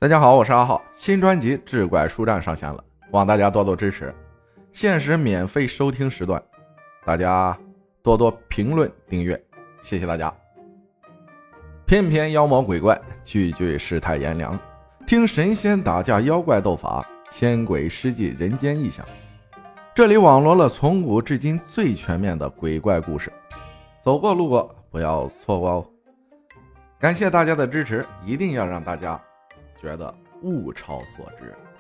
大家好，我是阿浩，新专辑《志怪书站》上线了，望大家多多支持。限时免费收听时段，大家多多评论订阅，谢谢大家。偏偏妖魔鬼怪，句句世态炎凉，听神仙打架，妖怪斗法，仙鬼施祭，人间异象。这里网罗了从古至今最全面的鬼怪故事，走过路过不要错过哦。感谢大家的支持，一定要让大家觉得物超所值。